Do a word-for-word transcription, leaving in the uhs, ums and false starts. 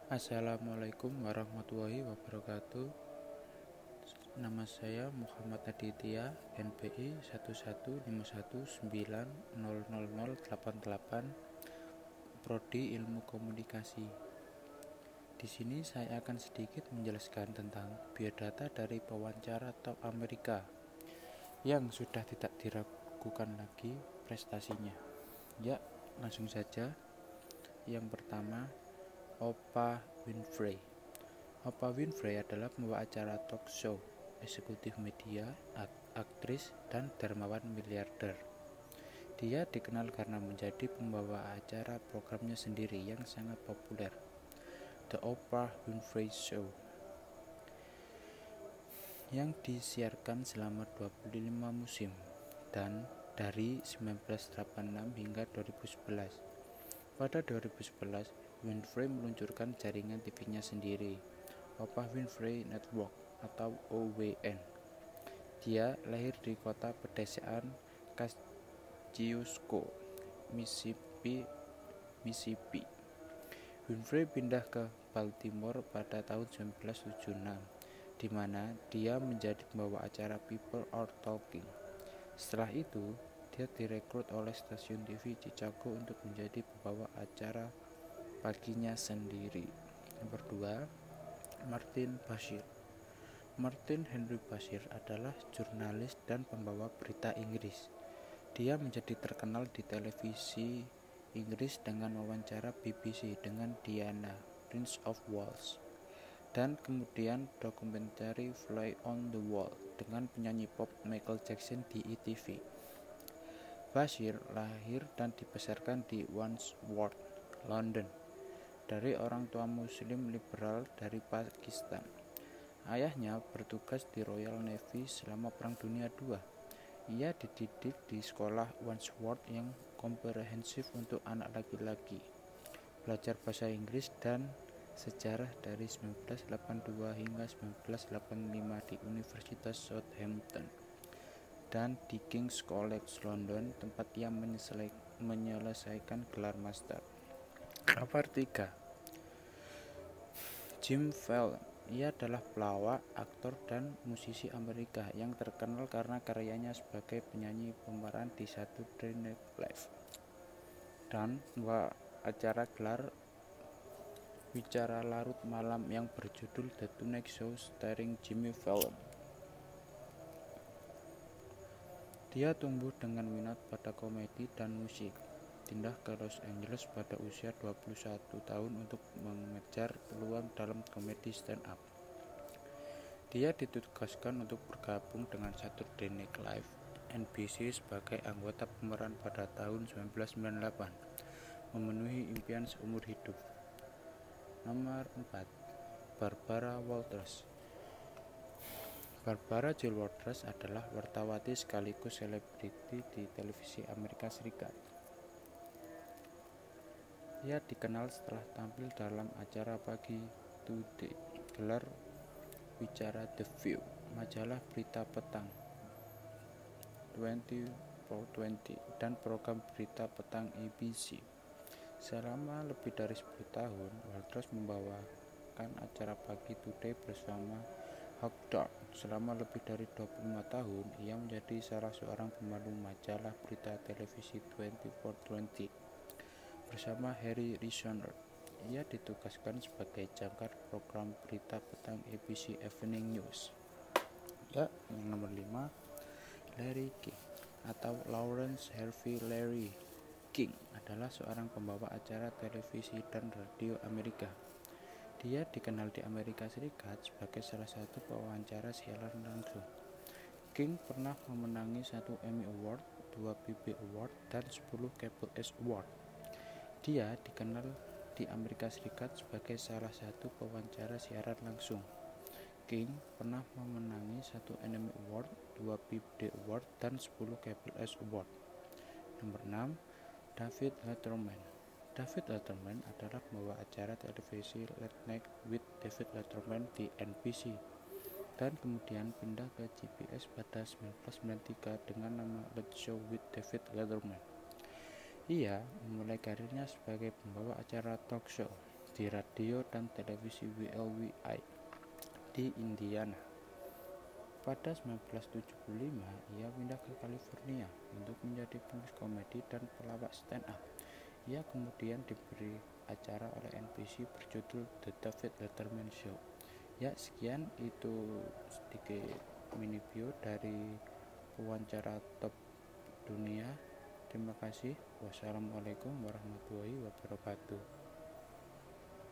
Assalamualaikum warahmatullahi wabarakatuh. Nama saya Muhammad Aditya, N P I satu satu lima satu sembilan nol nol nol delapan delapan, Prodi Ilmu Komunikasi. Di sini saya akan sedikit menjelaskan tentang biodata dari pewawancara top Amerika yang sudah tidak diragukan lagi prestasinya. Ya, langsung saja. Yang pertama, Oprah Winfrey. Oprah Winfrey adalah pembawa acara talk show, eksekutif media, aktris, dan dermawan miliarder. Dia dikenal karena menjadi pembawa acara programnya sendiri yang sangat populer, The Oprah Winfrey Show, yang disiarkan selama dua puluh lima musim dan dari seribu sembilan ratus delapan puluh enam hingga dua ribu sebelas. Pada dua ribu sebelas, Winfrey meluncurkan jaringan T V-nya sendiri, Oprah Winfrey Network atau O W N. Dia lahir di kota pedesaan Kosciuszko, Mississippi, Mississippi. Winfrey pindah ke Baltimore pada tahun seribu sembilan ratus tujuh puluh enam, di mana dia menjadi pembawa acara People Are Talking. Setelah itu, dia direkrut oleh stasiun T V Chicago untuk menjadi pembawa acara paginya sendiri. Nomor dua, Martin Bashir. Martin Henry Bashir adalah jurnalis dan pembawa berita Inggris. Dia menjadi terkenal di televisi Inggris dengan wawancara B B C dengan Diana, Prince of Wales, dan kemudian dokumenter Fly on the Wall dengan penyanyi pop Michael Jackson di E T V. Bashir lahir dan dibesarkan di Wandsworth, London, dari orang tua muslim liberal dari Pakistan. Ayahnya bertugas di Royal Navy selama Perang Dunia kedua. Ia dididik di sekolah Wandsworth yang komprehensif untuk anak laki-laki, belajar bahasa Inggris dan sejarah dari seribu sembilan ratus delapan puluh dua hingga seribu sembilan ratus delapan puluh lima di Universitas Southampton dan di King's College London, tempat ia menyelesaikan gelar master. Nomor tiga, Jimmy Fallon. Ia adalah pelawak, aktor, dan musisi Amerika yang terkenal karena karyanya sebagai penyanyi pemeran di Saturday Night Live dan dua acara gelar wicara larut malam yang berjudul The Tonight Show starring Jimmy Fallon. Dia tumbuh dengan minat pada komedi dan musik. Pindah ke Los Angeles pada usia dua puluh satu tahun untuk mengejar peluang dalam komedi stand-up. Dia ditugaskan untuk bergabung dengan Saturday Night Live N B C sebagai anggota pemeran pada tahun seribu sembilan ratus sembilan puluh delapan, memenuhi impian seumur hidup. Nomor empat, Barbara Walters. Barbara Jill Walters adalah wartawati sekaligus selebriti di televisi Amerika Serikat. Ia dikenal setelah tampil dalam acara pagi Today, gelar wicara The View, majalah berita petang dua puluh empat dua puluh, dan program berita petang A B C. Selama lebih dari sepuluh tahun, Walters membawakan acara pagi Today bersama Hugh Dark. Selama lebih dari dua puluh lima tahun, ia menjadi salah seorang pemandu majalah berita televisi dua puluh empat dua puluh bersama Harry Reasoner. Ia ditugaskan sebagai jangkar program berita petang A B C Evening News. Ya, yang nomor lima, Larry King atau Lawrence Harvey Larry King adalah seorang pembawa acara televisi dan radio Amerika. Dia dikenal di Amerika Serikat sebagai salah satu pewawancara siaran langsung. King pernah memenangi satu Emmy Award, dua B B Award, dan sepuluh Cable X Award. Dia dikenal di Amerika Serikat sebagai salah satu pewawancara siaran langsung. King pernah memenangi satu Emmy Award, dua B B Award, dan sepuluh Cable X Award. Nomor enam, David Letterman. David Letterman adalah pembawa acara televisi Late Night with David Letterman di N B C dan kemudian pindah ke C B S pada seribu sembilan ratus sembilan puluh tiga dengan nama Late Show with David Letterman. Ia memulai karirnya sebagai pembawa acara talk show di radio dan televisi W L W I di Indiana. Pada seribu sembilan ratus tujuh puluh lima, ia pindah ke California untuk menjadi penulis komedi dan pelawak stand up. Ia kemudian diberi acara oleh N B C berjudul The David Letterman Show. Ya, sekian itu sedikit mini bio dari wawancara top dunia. Terima kasih. Wassalamualaikum warahmatullahi wabarakatuh.